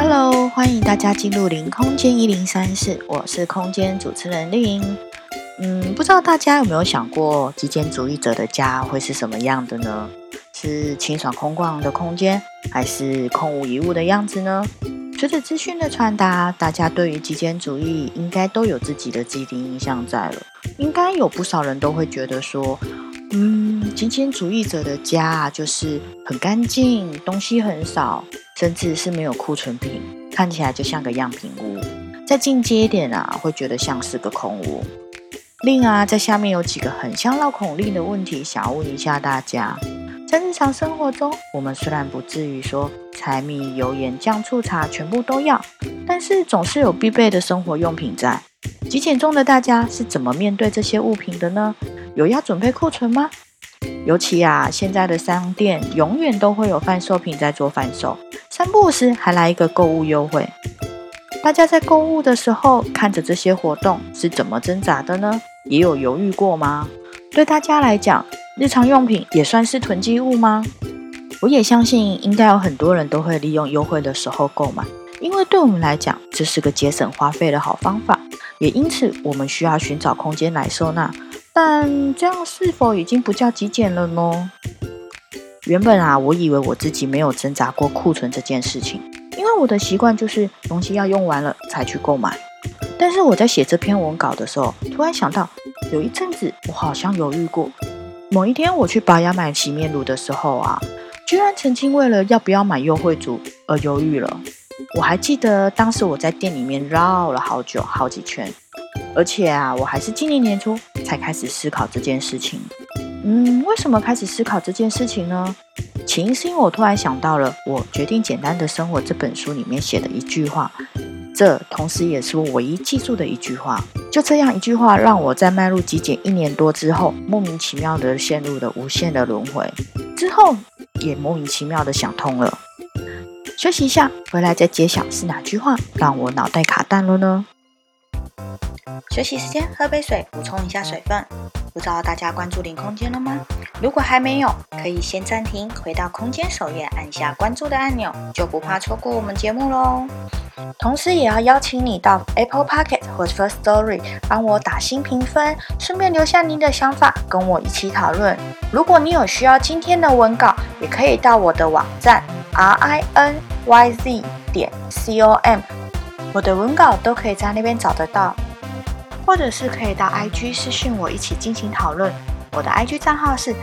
Hello， 欢迎大家进入零空间1034，我是空间主持人令。不知道大家有没有想过，极简主义者的家会是什么样的呢？是清爽空旷的空间，还是空无一物的样子呢？随着资讯的传达，大家对于极简主义应该都有自己的既定印象在了。应该有不少人都会觉得说，极简主义者的家就是很干净，东西很少，甚至是没有库存品，看起来就像个样品屋。再进阶一点会觉得像是个空屋。另在下面有几个很像绕口令的问题，想要问一下大家。在日常生活中，我们虽然不至于说柴米油盐酱醋茶全部都要，但是总是有必备的生活用品在。极简中的大家是怎么面对这些物品的呢？有要准备库存吗？尤其现在的商店永远都会有贩售品在做贩售，三不五时还来一个购物优惠。大家在购物的时候看着这些活动是怎么挣扎的呢？也有犹豫过吗？对大家来讲，日常用品也算是囤积物吗？我也相信应该有很多人都会利用优惠的时候购买，因为对我们来讲这是个节省花费的好方法，也因此我们需要寻找空间来收纳。但这样是否已经不叫极简了呢？原本我以为我自己没有挣扎过库存这件事情，因为我的习惯就是东西要用完了才去购买。但是我在写这篇文稿的时候，突然想到有一阵子我好像犹豫过。某一天我去保养买洗面乳的时候居然曾经为了要不要买优惠组而犹豫了。我还记得当时我在店里面绕了好久好几圈，而且我还是今年年初才开始思考这件事情。为什么开始思考这件事情呢？起因是因为我突然想到了《我决定简单的生活》这本书里面写的一句话，这同时也是我唯一记住的一句话。就这样一句话，让我在迈入极简1年多之后，莫名其妙的陷入了无限的轮回，之后也莫名其妙的想通了。休息一下，回来再揭晓是哪句话让我脑袋卡蛋了呢？休息时间，喝杯水，补充一下水分。不知道大家关注零空间了吗？如果还没有，可以先暂停，回到空间首页，按下关注的按钮，就不怕错过我们节目咯。同时也要邀请你到 Apple Podcast 或 Firstory 帮我打星评分，顺便留下您的想法，跟我一起讨论。如果你有需要今天的文稿，也可以到我的网站 rinyz.com， 我的文稿都可以在那边找得到。或者是可以到 IG 私讯我一起进行讨论，我的 IG 账号是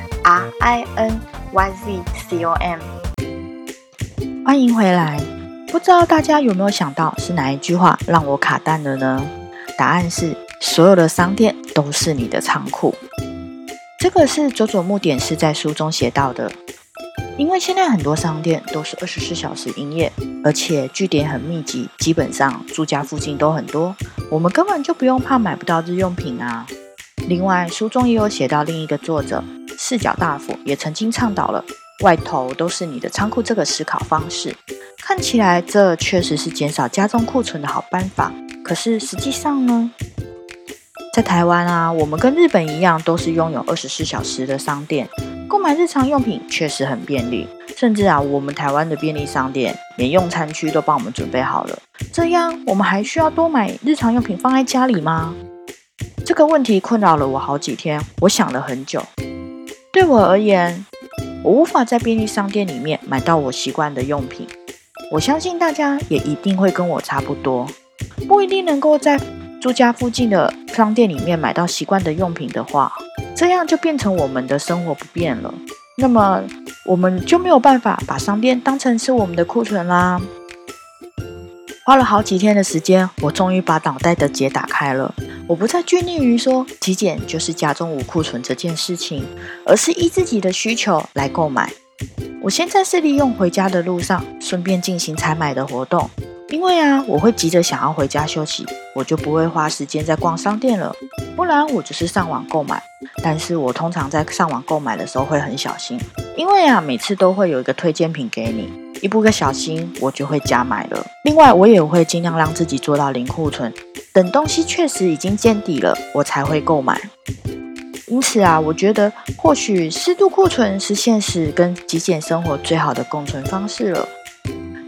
rinyzcom。 欢迎回来。不知道大家有没有想到是哪一句话让我卡蛋了呢？答案是所有的商店都是你的仓库。这个是佐佐木典士在书中写到的。因为现在很多商店都是24小时营业，而且据点很密集，基本上住家附近都很多，我们根本就不用怕买不到日用品另外书中也有写到另一个作者四角大辅也曾经倡导了外头都是你的仓库这个思考方式。看起来这确实是减少家中库存的好办法，可是实际上呢？在台湾我们跟日本一样，都是拥有24小时的商店，购买日常用品确实很便利，甚至我们台湾的便利商店连用餐区都帮我们准备好了。这样我们还需要多买日常用品放在家里吗？这个问题困扰了我好几天，我想了很久。对我而言，我无法在便利商店里面买到我习惯的用品。我相信大家也一定会跟我差不多，不一定能够在住家附近的商店里面买到习惯的用品的话，这样就变成我们的生活不便了。那么我们就没有办法把商店当成是我们的库存啦。花了好几天的时间，我终于把脑袋的结打开了。我不再拘泥于说极简就是家中无库存这件事情，而是依自己的需求来购买。我现在是利用回家的路上顺便进行采买的活动，因为我会急着想要回家休息，我就不会花时间在逛商店了，不然我就是上网购买。但是我通常在上网购买的时候会很小心，因为每次都会有一个推荐品给你，一不小心我就会加买了。另外我也会尽量让自己做到零库存，等东西确实已经见底了，我才会购买。因此我觉得或许适度库存是现实跟极简生活最好的共存方式了。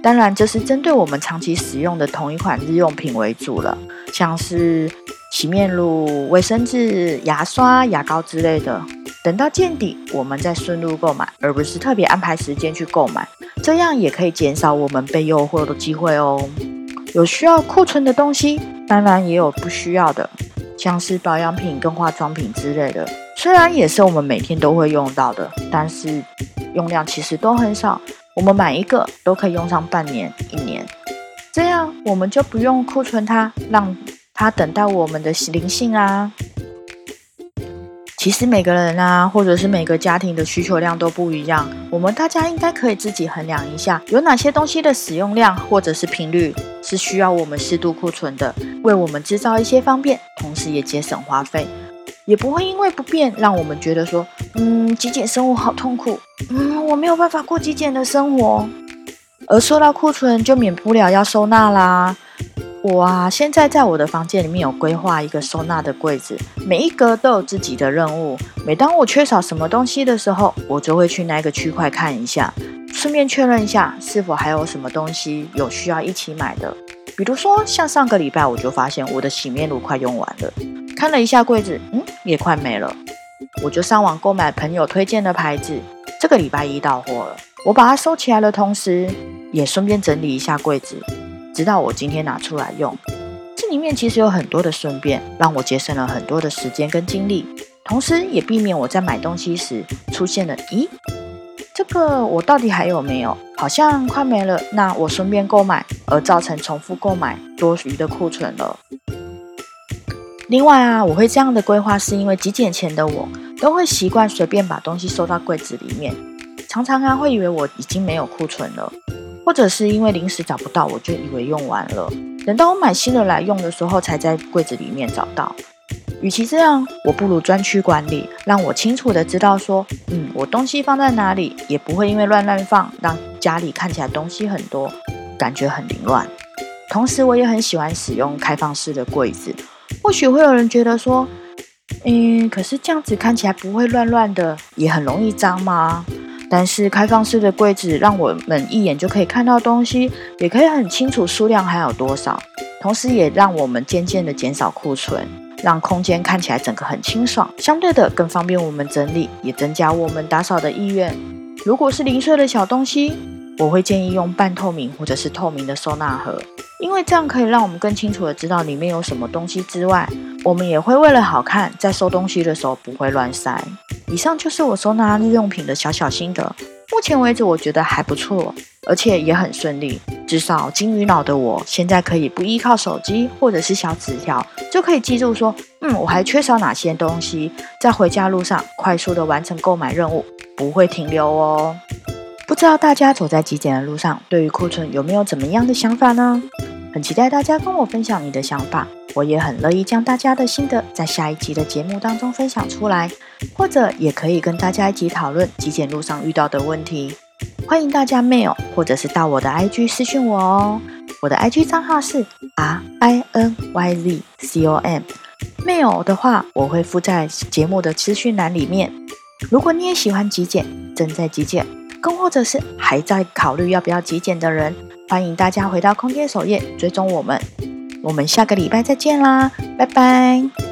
当然这是针对我们长期使用的同一款日用品为主了，像是洗面乳、卫生纸、牙刷、牙膏之类的。等到见底，我们再顺路购买，而不是特别安排时间去购买，这样也可以减少我们被诱惑的机会哦。有需要库存的东西，当然也有不需要的，像是保养品跟化妆品之类的，虽然也是我们每天都会用到的，但是用量其实都很少，我们买一个都可以用上半年、1年，这样我们就不用库存它，让它等待我们的灵性啊。其实每个人啊，或者是每个家庭的需求量都不一样，我们大家应该可以自己衡量一下，有哪些东西的使用量或者是频率是需要我们适度库存的，为我们制造一些方便，同时也节省花费，也不会因为不便让我们觉得说，极简生活好痛苦，我没有办法过极简的生活，而说到库存就免不了要收纳啦。我现在在我的房间里面有规划一个收纳的柜子，每一格都有自己的任务。每当我缺少什么东西的时候，我就会去那个区块看一下，顺便确认一下是否还有什么东西有需要一起买的。比如说像上个礼拜我就发现我的洗面乳快用完了，看了一下柜子，也快没了，我就上网购买朋友推荐的牌子，这个礼拜1到货了，我把它收起来的同时，也顺便整理一下柜子，直到我今天拿出来用。这里面其实有很多的顺便，让我节省了很多的时间跟精力，同时也避免我在买东西时出现了这个我到底还有没有，好像快没了，那我顺便购买，而造成重复购买多余的库存了。另外啊，我会这样的规划是因为极简前的我都会习惯随便把东西收到柜子里面，常常啊会以为我已经没有库存了，或者是因为临时找不到，我就以为用完了，等到我买新的来用的时候才在柜子里面找到。与其这样，我不如专区管理，让我清楚的知道说，我东西放在哪里，也不会因为乱放，让家里看起来东西很多，感觉很凌乱。同时我也很喜欢使用开放式的柜子，或许会有人觉得说，可是这样子看起来不会乱乱的，也很容易脏吗？但是开放式的柜子让我们一眼就可以看到东西，也可以很清楚数量还有多少，同时也让我们渐渐的减少库存，让空间看起来整个很清爽，相对的更方便我们整理，也增加我们打扫的意愿。如果是零碎的小东西，我会建议用半透明或者是透明的收纳盒，因为这样可以让我们更清楚的知道里面有什么东西之外，我们也会为了好看，在收东西的时候不会乱塞。以上就是我收纳日用品的小心得，目前为止我觉得还不错，而且也很顺利，至少金鱼脑的我现在可以不依靠手机或者是小纸条，就可以记住说，我还缺少哪些东西，在回家路上快速的完成购买任务，不会停留哦。不知道大家走在极简的路上，对于库存有没有怎么样的想法呢？很期待大家跟我分享你的想法，我也很乐意将大家的心得在下一集的节目当中分享出来，或者也可以跟大家一起讨论极简路上遇到的问题。欢迎大家 mail 或者是到我的 IG 私讯我哦，我的 IG 账号是 RINYZCOM， mail 的话我会附在节目的资讯栏里面。如果你也喜欢极简，正在极简，更或者是还在考虑要不要极简的人，欢迎大家回到空间首页追踪我们。我们下个礼拜再见啦，拜拜。